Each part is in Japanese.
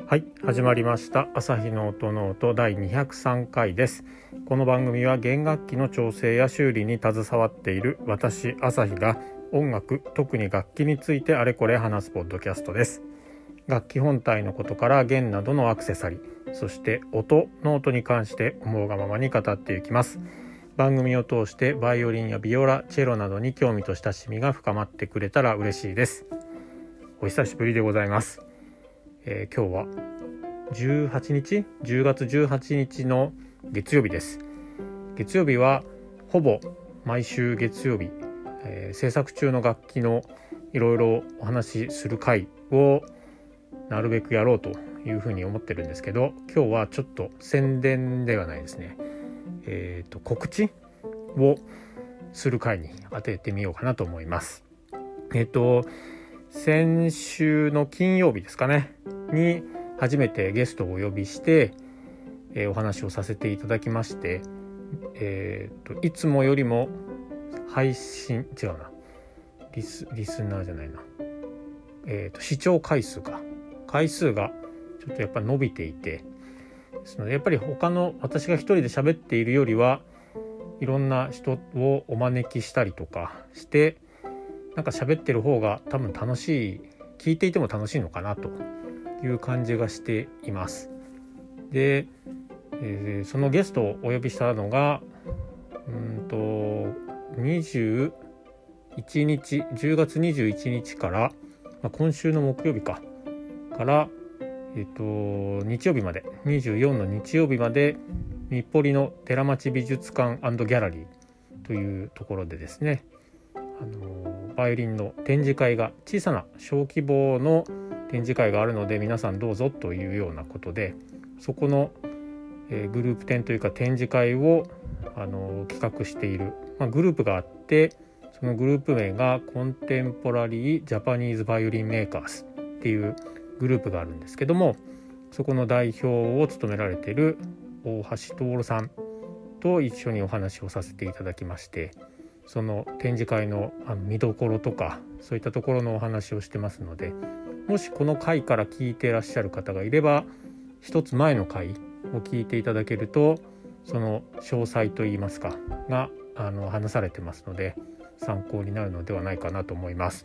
はい、始まりました朝日の音ノート第203回です。この番組は弦楽器の調整や修理に携わっている私朝日が音楽、特に楽器についてあれこれ話すポッドキャストです。楽器本体のことから弦などのアクセサリー、そして音、ノートに関して思うがままに語っていきます。番組を通してバイオリンやビオラ、チェロなどに興味と親しみが深まってくれたら嬉しいです。お久しぶりでございます。今日は10月18日の月曜日です。月曜日はほぼ毎週月曜日、制作中の楽器のいろいろお話しする回をなるべくやろうというふうに思ってるんですけど、今日はちょっと宣伝ではないですね、告知をする回に当ててみようかなと思います。先週の金曜日ですかねに初めてゲストをお呼びして、お話をさせていただきまして、いつもよりも配信違うなリスナーじゃないな、視聴回数がちょっとやっぱり伸びていて、ですのでやっぱり他の私が一人で喋っているよりはいろんな人をお招きしたりとかしてなんか喋ってる方が多分楽しい、聞いていても楽しいのかなという感じがしています。で、そのゲストをお呼びしたのが10月21日から、今週の木曜日から日曜日まで24の日曜日まで日暮里の寺町美術館&ギャラリーというところでですね、バイオリンの展示会が、小さな小規模の展示会があるので皆さんどうぞというようなことで、そこの、グループ展というか展示会を企画している、グループがあって、そのグループ名がコンテンポラリージャパニーズバイオリンメーカーズっていうグループがあるんですけども、そこの代表を務められている大橋徹さんと一緒にお話をさせていただきまして、その展示会の見どころとかそういったところのお話をしてますので、もしこの回から聞いていらっしゃる方がいれば一つ前の回を聞いていただけるとその詳細といいますかが話されてますので参考になるのではないかなと思います。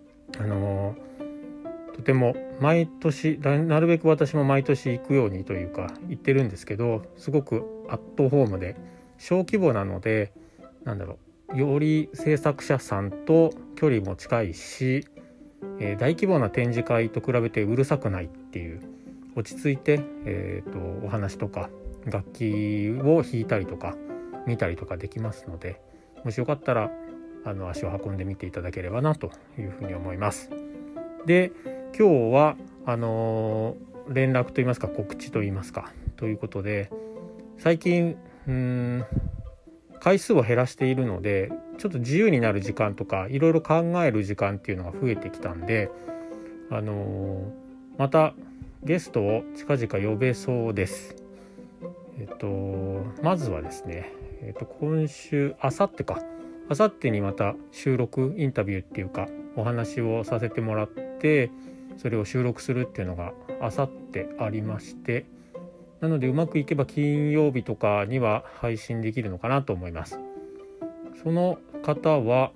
とても毎年なるべく私も毎年行くようにというか行ってるんですけど、すごくアットホームで小規模なのでより制作者さんと距離も近いし、大規模な展示会と比べてうるさくないっていう、落ち着いて、お話とか楽器を弾いたりとか見たりとかできますので、もしよかったら足を運んでみていただければなというふうに思います。で、今日は連絡といいますか告知といいますかということで、最近回数を減らしているのでちょっと自由になる時間とかいろいろ考える時間っていうのが増えてきたんで、またゲストを近々呼べそうです。まずはですね、今週あさってにまた収録インタビューっていうかお話をさせてもらって、それを収録するっていうのがあさってありまして、なのでうまくいけば金曜日とかには配信できるのかなと思います。その方も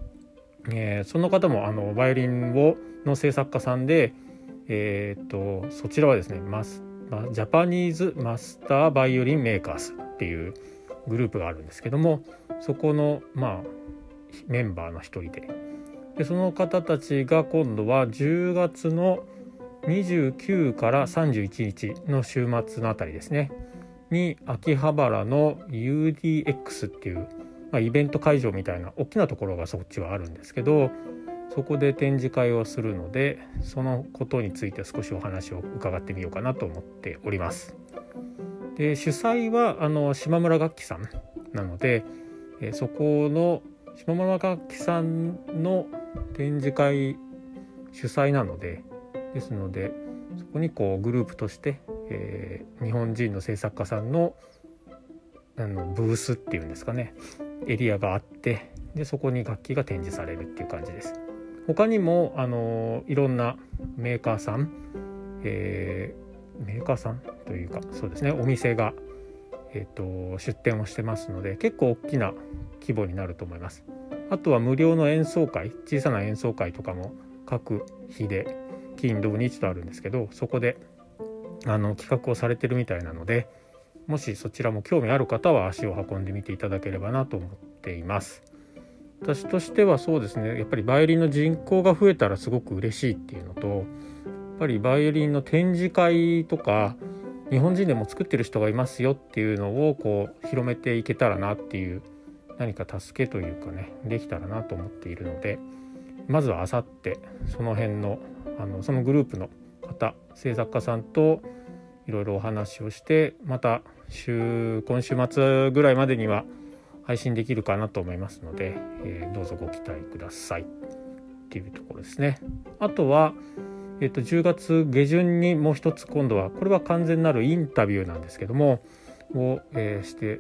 バイオリンの制作家さんで、そちらはですねジャパニーズマスターバイオリンメーカーズっていうグループがあるんですけども、そこのメンバーの一人で、その方たちが今度は10月の29から31日の週末のあたりですねに秋葉原の UDX っていう、イベント会場みたいな大きなところがそっちはあるんですけど、そこで展示会をするので、そのことについて少しお話を伺ってみようかなと思っております。で、主催は島村楽器さんなので、そこの島村楽器さんの展示会主催なので、ですのでそこにグループとして、日本人の制作家さんのブースっていうんですかね、エリアがあって、でそこに楽器が展示されるっていう感じです。他にもいろんなメーカーさん、 メーカーさんというかそうですねお店が、出店をしてますので結構大きな規模になると思います。あとは無料の演奏会小さな演奏会とかも各日で金土日とあるんですけどそこで企画をされてるみたいなのでもしそちらも興味ある方は足を運んでみていただければなと思っています。私としてはそうですねやっぱりバイオリンの人口が増えたらすごく嬉しいっていうのとやっぱりバイオリンの展示会とか日本人でも作ってる人がいますよっていうのをこう広めていけたらなっていう何か助けというかねできたらなと思っているのでまずはあさってその辺のそのグループの方制作家さんといろいろお話をしてまた今週末ぐらいまでには配信できるかなと思いますので、どうぞご期待くださいっていうところですね。あとは、10月下旬にもう一つ今度はこれは完全なるインタビューなんですけども決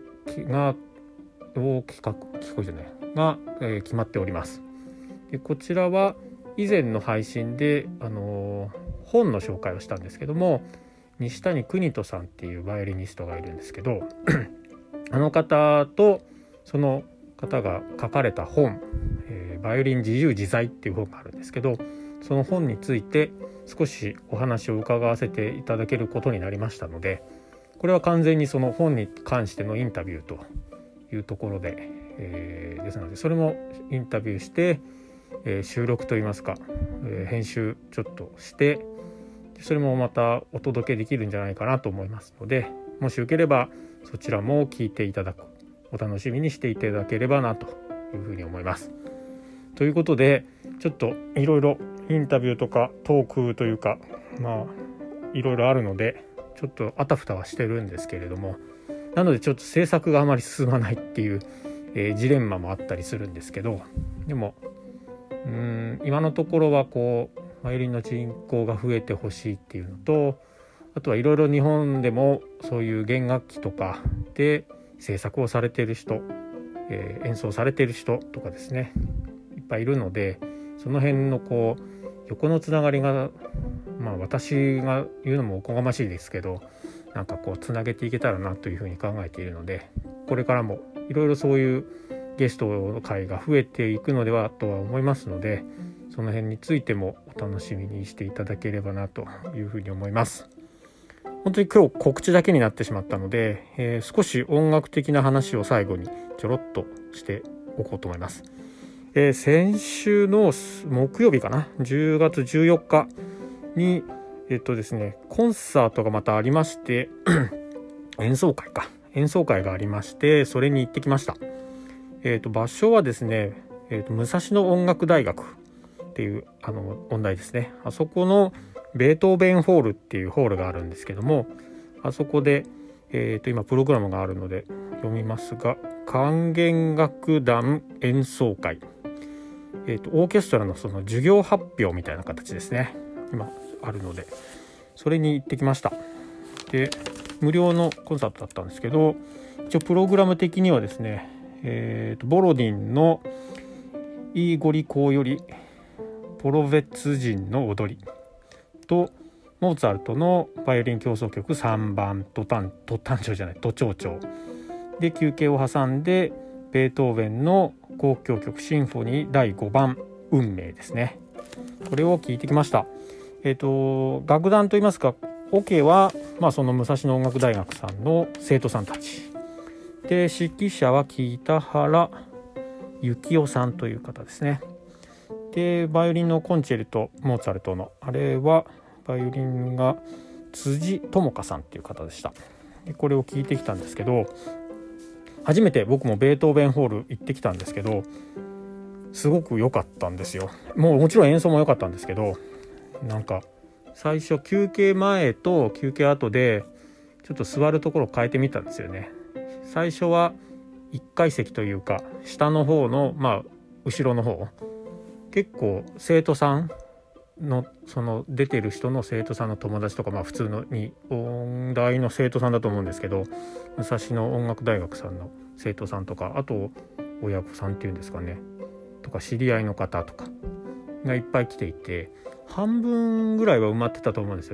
まっております。でこちらは以前の配信で、本の紹介をしたんですけども西谷邦人さんっていうバイオリニストがいるんですけどあの方とその方が書かれた本、バイオリン自由自在っていう本があるんですけどその本について少しお話を伺わせていただけることになりましたのでこれは完全にその本に関してのインタビューというところで、ですのでそれもインタビューして、収録といいますか、編集ちょっとしてそれもまたお届けできるんじゃないかなと思いますのでもしよければそちらも聞いていただくお楽しみにしていただければなというふうに思います。ということでちょっといろいろインタビューとかトークというかいろいろあるのでちょっとあたふたはしてるんですけれどもなのでちょっと制作があまり進まないっていう、ジレンマもあったりするんですけどでも今のところはこうバイオリンの人口が増えてほしいっていうのとあとはいろいろ日本でもそういう弦楽器とかで制作をされている人、演奏されている人とかですねいっぱいいるのでその辺のこう横のつながりが私が言うのもおこがましいですけどなんかこうつなげていけたらなというふうに考えているのでこれからもいろいろそういうゲストの会が増えていくのではとは思いますのでその辺についてもお楽しみにしていただければなというふうに思います。本当に今日告知だけになってしまったので、少し音楽的な話を最後にちょろっとしておこうと思います。先週の木曜日かな10月14日にですねコンサートがまたありまして演奏会がありましてそれに行ってきました。場所はですね、武蔵野音楽大学っていう音大ですねあそこのベートーベンホールっていうホールがあるんですけどもあそこで、今プログラムがあるので読みますが管弦楽団演奏会、オーケストラのその授業発表みたいな形ですね今あるのでそれに行ってきました。で無料のコンサートだったんですけど一応プログラム的にはですね、ボロディンのイーゴリコーよりポロヴェツ人の踊りとモーツァルトのバイオリン協奏曲3番都庁長で休憩を挟んでベートーベンの交響曲シンフォニー第5番運命ですねこれを聴いてきました。楽団といいますかオケは、その武蔵野音楽大学さんの生徒さんたちで指揮者は北原幸男さんという方ですね。でバイオリンのコンチェルトモーツァルトのあれはバイオリンが辻智香さんっていう方でした。でこれを聞いてきたんですけど初めて僕もベートーベンホール行ってきたんですけどすごく良かったんですよ。もちろん演奏も良かったんですけどなんか最初休憩前と休憩後でちょっと座るところを変えてみたんですよね。最初は1階席というか下の方の後ろの方結構生徒さんのその出てる人の生徒さんの友達とか普通のに音大の生徒さんだと思うんですけど武蔵野音楽大学さんの生徒さんとかあと親子さんっていうんですかねとか知り合いの方とかがいっぱい来ていて半分ぐらいは埋まってたと思うんですよね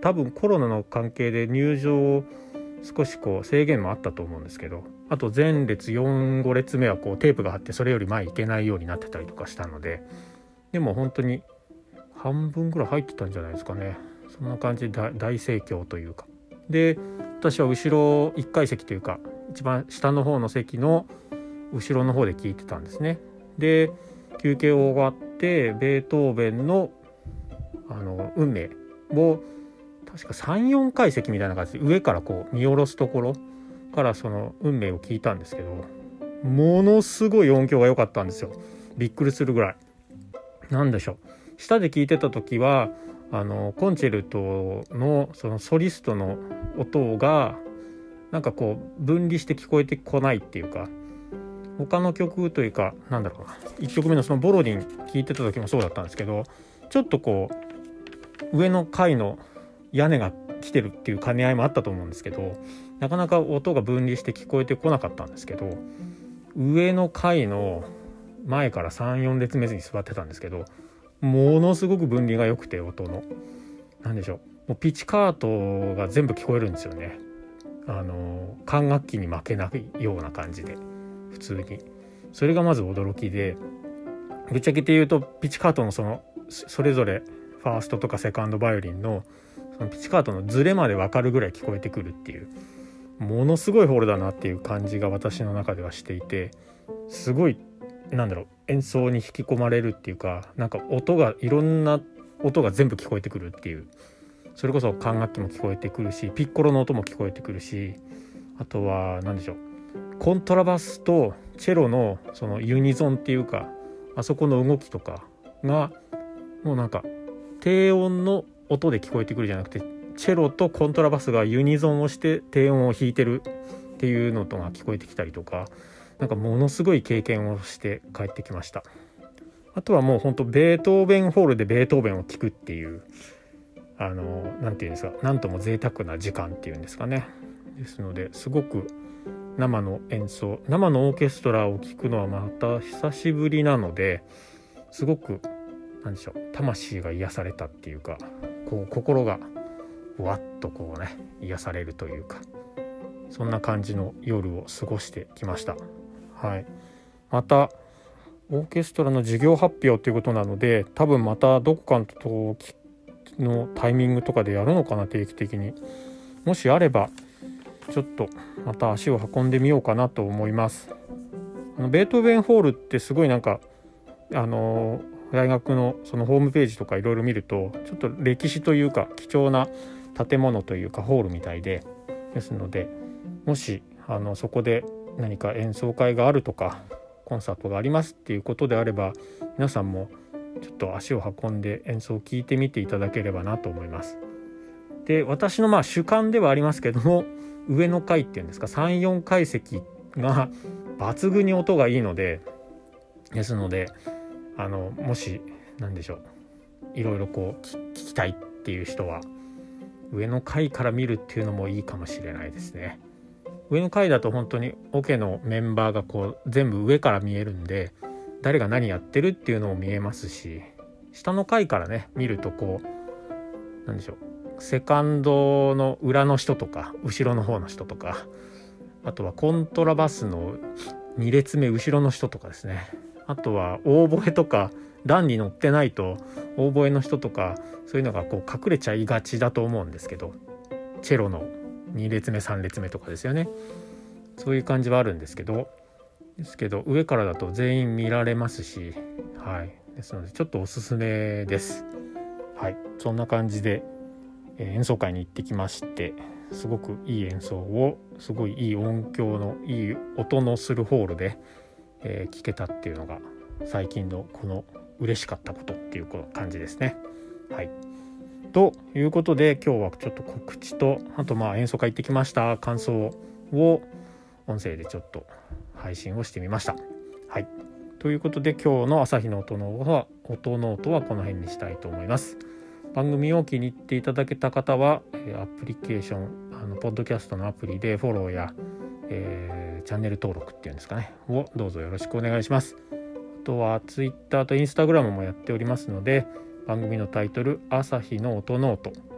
多分コロナの関係で入場少しこう制限もあったと思うんですけど、あと前列4、5列目はこうテープが張ってそれより前行けないようになってたりとかしたので、でも本当に半分ぐらい入ってたんじゃないですかね。そんな感じで大盛況というか、で私は後ろ1階席というか一番下の方の席の後ろの方で聞いてたんですね。で休憩終わってベートーベンの運命を確か 3,4 階席みたいな感じで上からこう見下ろすところからその運命を聞いたんですけど、ものすごい音響が良かったんですよ。びっくりするぐらい。なんでしょう、下で聞いてた時はコンチェルトのそのソリストの音がなんかこう分離して聞こえてこないっていうか、他の曲というかなんだろうな、1曲目のそのボロディン聞いてた時もそうだったんですけど、ちょっとこう上の階の屋根が来てるっていう兼ね合いもあったと思うんですけど、なかなか音が分離して聞こえてこなかったんですけど、上の階の前から 3,4 列目に座ってたんですけど、ものすごく分離が良くて、音のなんでしょう、もうピチカートが全部聞こえるんですよね。管楽器に負けないような感じで普通に、それがまず驚きで、ぶっちゃけて言うとピチカートのそれぞれファーストとかセカンドバイオリンのそのピチカートのズレまで分かるぐらい聞こえてくるっていう、ものすごいホールだなっていう感じが私の中ではしていて、すごいなんだろう、演奏に引き込まれるっていうか、なんか音がいろんな音が全部聞こえてくるっていう、それこそ管楽器も聞こえてくるし、ピッコロの音も聞こえてくるし、あとは何でしょう、コントラバスとチェロのそのユニゾンっていうか、あそこの動きとかがもうなんか低音の音で聞こえてくるじゃなくて、チェロとコントラバスがユニゾンをして低音を弾いてるっていうのとが聞こえてきたりとか、なんかものすごい経験をして帰ってきました。あとはもう本当ベートーベンホールでベートーベンを聴くっていう、なんていうんですか、なんとも贅沢な時間っていうんですかね。ですのですごく生の演奏、生のオーケストラを聴くのはまた久しぶりなので、すごくなんでしょう、魂が癒されたっていうか、こう心がわっとこうね癒されるというか、そんな感じの夜を過ごしてきました。はい。またオーケストラの授業発表ということなので、多分またどこかのタイミングとかでやるのかな、定期的に。もしあればちょっとまた足を運んでみようかなと思います。ベートーベンホールってすごいなんか大学のそのホームページとかいろいろ見ると、ちょっと歴史というか貴重な建物というかホールみたいですので、もしそこで何か演奏会があるとかコンサートがありますっていうことであれば、皆さんもちょっと足を運んで演奏を聴いてみていただければなと思います。で、私の主観ではありますけども、上の階っていうんですか、3、4階席が抜群に音がいいので、ですのでもし何でしょう、いろいろこう聞きたいっていう人は上の階から見るっていうのもいいかもしれないですね。上の階だと本当にオケのメンバーがこう全部上から見えるんで、誰が何やってるっていうのも見えますし、下の階からね見るとこうなんでしょう、セカンドの裏の人とか後ろの方の人とか、あとはコントラバスの2列目後ろの人とかですね、あとはオーボエとか段に乗ってないとオーボエの人とか、そういうのがこう隠れちゃいがちだと思うんですけど、チェロの2列目3列目とかですよね。そういう感じはあるんですけど上からだと全員見られますし、はい、ですのでちょっとおすすめです。はい、そんな感じで、演奏会に行ってきまして、すごくいい演奏を、すごいいい音響のいい音のするホールで、聴けたっていうのが最近のこの嬉しかったことっていう感じですね。はい、ということで今日はちょっと告知と、あと演奏会行ってきました感想を音声でちょっと配信をしてみました。はい、ということで今日の朝日の音ノートはこの辺にしたいと思います。番組を気に入っていただけた方はアプリケーションポッドキャストのアプリでフォローや、チャンネル登録っていうんですかねをどうぞよろしくお願いします。あとは Twitter と Instagram もやっておりますので、番組のタイトル朝日の音ノート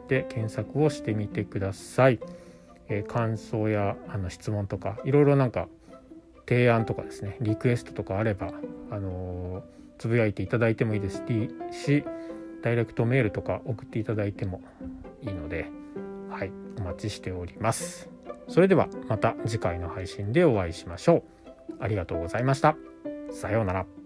て検索をしてみてください。感想や質問とかいろいろなんか提案とかですね、リクエストとかあればつぶやいていただいてもいいですし、ダイレクトメールとか送っていただいてもいいので、はい、お待ちしております。それではまた次回の配信でお会いしましょう。ありがとうございました。さようなら。